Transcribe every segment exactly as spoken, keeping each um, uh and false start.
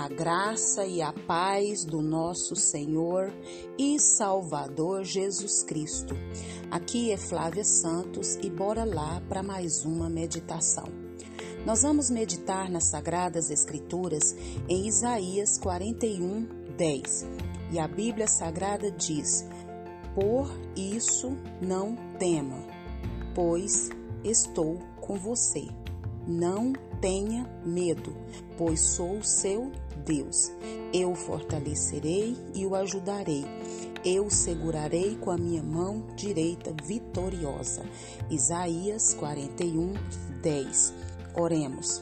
A graça e a paz do nosso Senhor e Salvador Jesus Cristo. Aqui é Flávia Santos e bora lá para mais uma meditação. Nós vamos meditar nas Sagradas Escrituras em Isaías quarenta e um, dez. E a Bíblia Sagrada diz: Por isso não tema, pois estou com você. Não tenha medo, pois sou o seu Deus. Eu o fortalecerei e o ajudarei. Eu o segurarei com a minha mão direita vitoriosa. Isaías quarenta e um, dez. Oremos.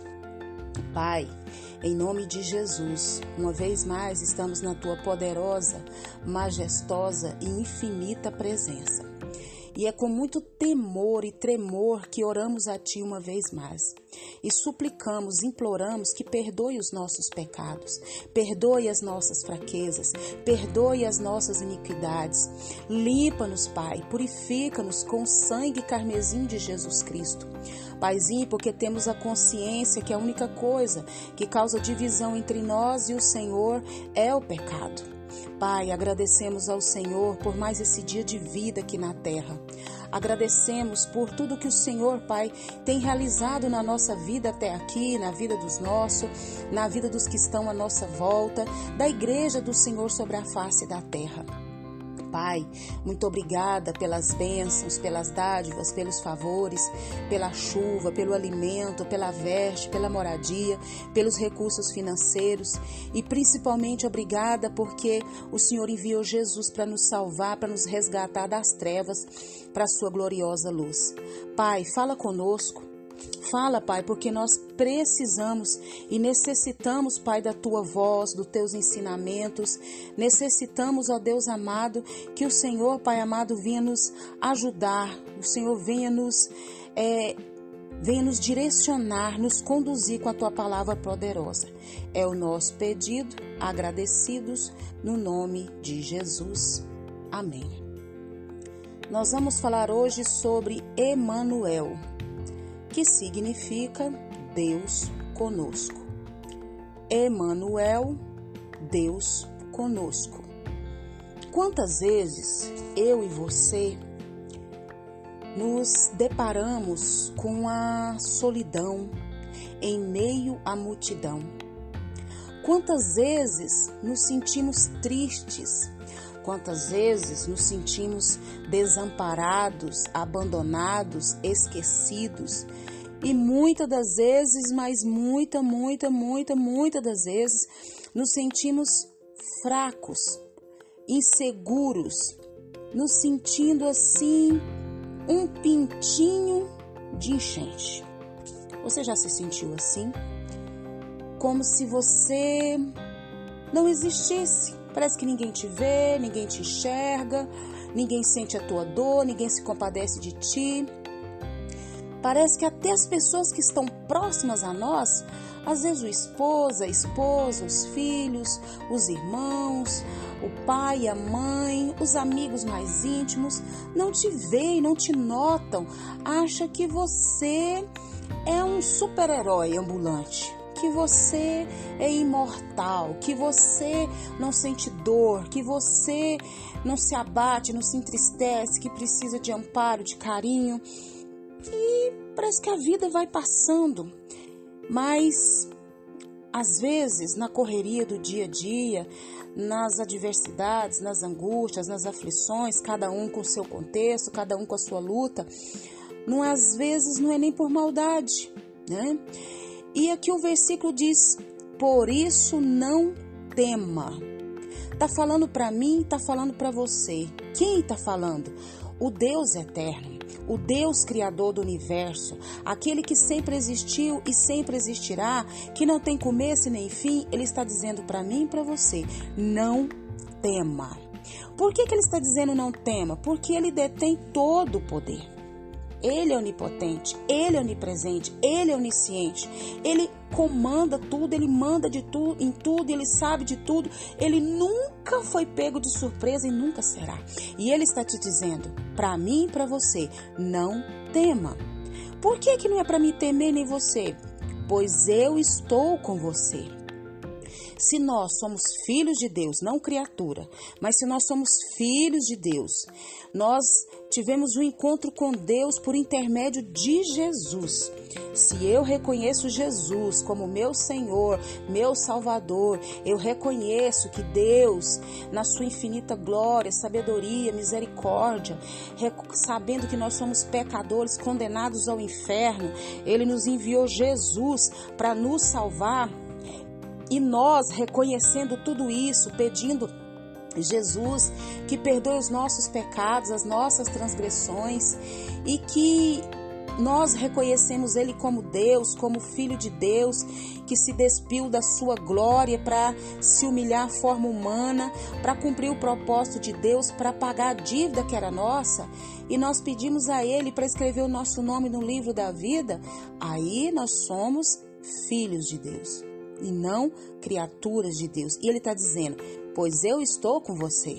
Pai, em nome de Jesus, uma vez mais estamos na tua poderosa, majestosa e infinita presença. E é com muito temor e tremor que oramos a Ti uma vez mais. E suplicamos, imploramos que perdoe os nossos pecados, perdoe as nossas fraquezas, perdoe as nossas iniquidades. Limpa-nos, Pai, purifica-nos com o sangue carmesim de Jesus Cristo. Paizinho, porque temos a consciência que a única coisa que causa divisão entre nós e o Senhor é o pecado. Pai, agradecemos ao Senhor por mais esse dia de vida aqui na terra. Agradecemos por tudo que o Senhor, Pai, tem realizado na nossa vida até aqui, na vida dos nossos, na vida dos que estão à nossa volta, da igreja do Senhor sobre a face da terra. Pai, muito obrigada pelas bênçãos, pelas dádivas, pelos favores, pela chuva, pelo alimento, pela veste, pela moradia, pelos recursos financeiros e principalmente obrigada porque o Senhor enviou Jesus para nos salvar, para nos resgatar das trevas para a sua gloriosa luz. Pai, fala conosco. Fala, Pai, porque nós precisamos e necessitamos, Pai, da Tua voz, dos Teus ensinamentos. Necessitamos, ó Deus amado, que o Senhor, Pai amado, venha nos ajudar. O Senhor venha nos, é, venha nos direcionar, nos conduzir com a Tua palavra poderosa. É o nosso pedido, agradecidos, no nome de Jesus. Amém. Nós vamos falar hoje sobre Emanuel, que significa Deus conosco. Emanuel, Deus conosco. Quantas vezes eu e você nos deparamos com a solidão em meio à multidão? Quantas vezes nos sentimos tristes? Quantas vezes nos sentimos desamparados, abandonados, esquecidos? E muitas das vezes, mas muita, muita, muita, muitas das vezes, nos sentimos fracos, inseguros, nos sentindo assim, um pintinho de enchente. Você já se sentiu assim? Como se você não existisse. Parece que ninguém te vê, ninguém te enxerga, ninguém sente a tua dor, ninguém se compadece de ti. Parece que até as pessoas que estão próximas a nós, às vezes o esposo, a esposa, os filhos, os irmãos, o pai, a mãe, os amigos mais íntimos, não te veem, não te notam, acha que você é um super-herói ambulante. Que você é imortal, que você não sente dor, que você não se abate, não se entristece, que precisa de amparo, de carinho. E parece que a vida vai passando, mas às vezes na correria do dia a dia, nas adversidades, nas angústias, nas aflições, cada um com o seu contexto, cada um com a sua luta, não, às vezes não é nem por maldade, né? E aqui o versículo diz, por isso não tema. Tá falando para mim, tá falando para você. Quem tá falando? O Deus eterno, o Deus criador do universo, aquele que sempre existiu e sempre existirá, que não tem começo nem fim, ele está dizendo para mim e para você, não tema. Por que que ele está dizendo não tema? Porque ele detém todo o poder. Ele é onipotente, Ele é onipresente, Ele é onisciente, Ele comanda tudo, Ele manda de tudo, em tudo, Ele sabe de tudo, Ele nunca foi pego de surpresa e nunca será. E Ele está te dizendo, para mim e para você, não tema. Por que que não é para mim temer nem você? Pois eu estou com você. Se nós somos filhos de Deus, não criatura, mas se nós somos filhos de Deus, nós tivemos um encontro com Deus por intermédio de Jesus. Se eu reconheço Jesus como meu Senhor, meu Salvador, eu reconheço que Deus, na sua infinita glória, sabedoria, misericórdia, sabendo que nós somos pecadores condenados ao inferno, Ele nos enviou Jesus para nos salvar. E nós, reconhecendo tudo isso, pedindo Jesus que perdoe os nossos pecados, as nossas transgressões, e que nós reconhecemos Ele como Deus, como Filho de Deus, que se despiu da sua glória para se humilhar à forma humana, para cumprir o propósito de Deus, para pagar a dívida que era nossa, e nós pedimos a Ele para escrever o nosso nome no livro da vida. Aí nós somos filhos de Deus e não criaturas de Deus. E Ele está dizendo, pois eu estou com você.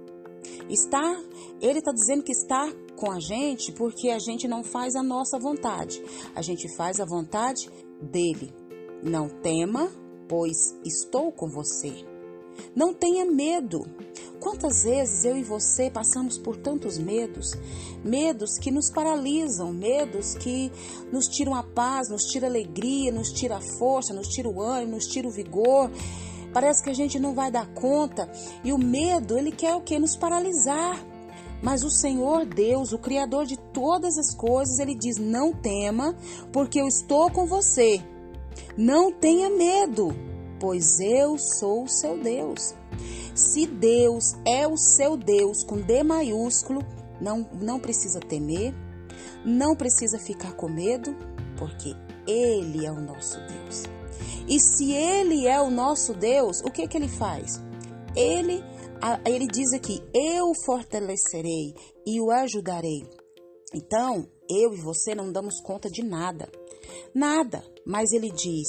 Está, Ele está dizendo que está com a gente porque a gente não faz a nossa vontade. A gente faz a vontade dEle. Não tema, pois estou com você. Não tenha medo. Quantas vezes eu e você passamos por tantos medos, medos que nos paralisam, medos que nos tiram a paz, nos tiram a alegria, nos tiram a força, nos tiram o ânimo, nos tiram o vigor. Parece que a gente não vai dar conta e o medo, ele quer o quê? Nos paralisar. Mas o Senhor Deus, o Criador de todas as coisas, Ele diz, não tema, porque eu estou com você. Não tenha medo, pois eu sou o seu Deus. Se Deus é o seu Deus com D maiúsculo, não, não precisa temer, não precisa ficar com medo, porque Ele é o nosso Deus. E se Ele é o nosso Deus, o que que Ele faz? Ele, ele diz aqui, eu o fortalecerei e o ajudarei. Então, eu e você não damos conta de nada, nada, mas Ele diz,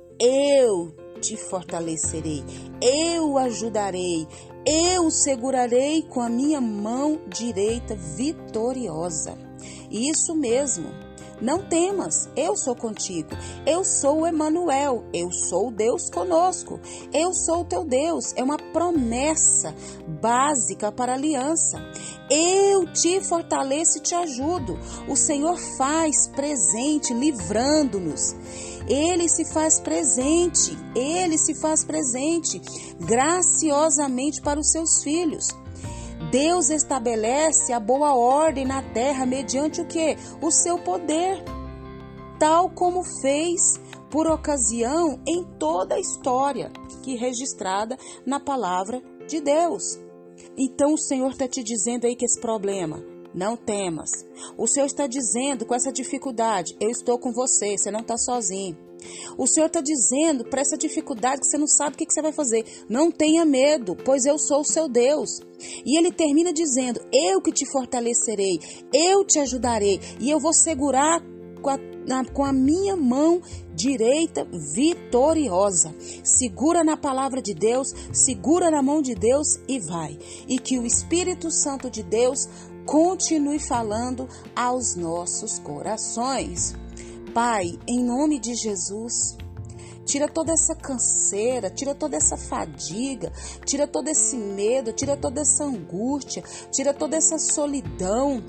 eu te fortalecerei, eu o ajudarei, eu o segurarei com a minha mão direita vitoriosa. Isso mesmo, não temas, eu sou contigo, eu sou o Emanuel, eu sou o Deus conosco, eu sou o teu Deus. É uma promessa básica para a aliança. Eu te fortaleço e te ajudo. O Senhor faz presente, livrando-nos. Ele se faz presente, Ele se faz presente graciosamente para os seus filhos. Deus estabelece a boa ordem na terra mediante o quê? O seu poder, tal como fez por ocasião em toda a história que é registrada na palavra de Deus. Então o Senhor está te dizendo aí que esse problema, não temas. O Senhor está dizendo com essa dificuldade, eu estou com você, você não está sozinho. O Senhor está dizendo para essa dificuldade que você não sabe o que, que você vai fazer. Não tenha medo, pois eu sou o seu Deus. E Ele termina dizendo, eu que te fortalecerei, eu te ajudarei e eu vou segurar com a, na, com a minha mão direita vitoriosa. Segura na palavra de Deus, segura na mão de Deus e vai. E que o Espírito Santo de Deus continue falando aos nossos corações. Pai, em nome de Jesus, tira toda essa canseira, tira toda essa fadiga, tira todo esse medo, tira toda essa angústia, tira toda essa solidão.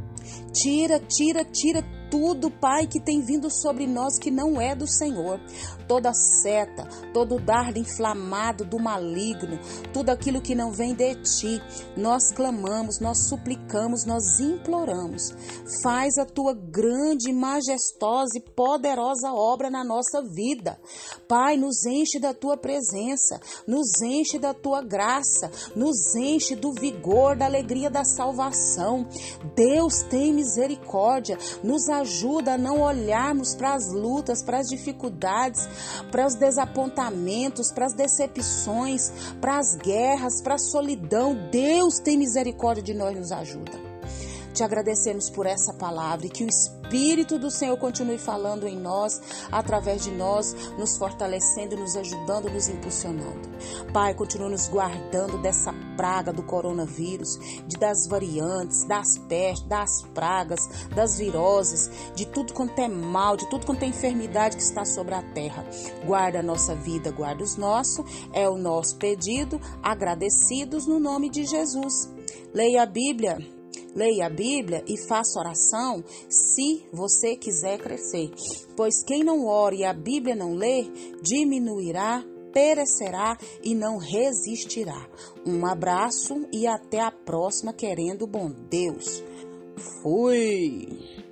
Tira, tira, tira tudo, Pai, que tem vindo sobre nós que não é do Senhor. Toda seta, todo dardo inflamado do maligno, tudo aquilo que não vem de Ti. Nós clamamos, nós suplicamos, nós imploramos. Faz a Tua grande, majestosa e poderosa obra na nossa vida. Pai, nos enche da Tua presença, nos enche da Tua graça, nos enche do vigor, da alegria da salvação. Deus, tem misericórdia, nos ajuda a não olharmos para as lutas, para as dificuldades, para os desapontamentos, para as decepções, para as guerras, para a solidão. Deus tem misericórdia de nós, nos ajuda. Te agradecemos por essa palavra e que o Espírito do Senhor continue falando em nós, através de nós, nos fortalecendo, nos ajudando, nos impulsionando. Pai, continue nos guardando dessa praga do coronavírus, de, das variantes, das pestes, das pragas, das viroses, de tudo quanto é mal, de tudo quanto é enfermidade que está sobre a terra. Guarda a nossa vida, guarda os nossos, é o nosso pedido, agradecidos no nome de Jesus. Leia a Bíblia, leia a Bíblia e faça oração se você quiser crescer, pois quem não ora e a Bíblia não lê, diminuirá, perecerá e não resistirá. Um abraço e até a próxima, querendo bom Deus. Fui!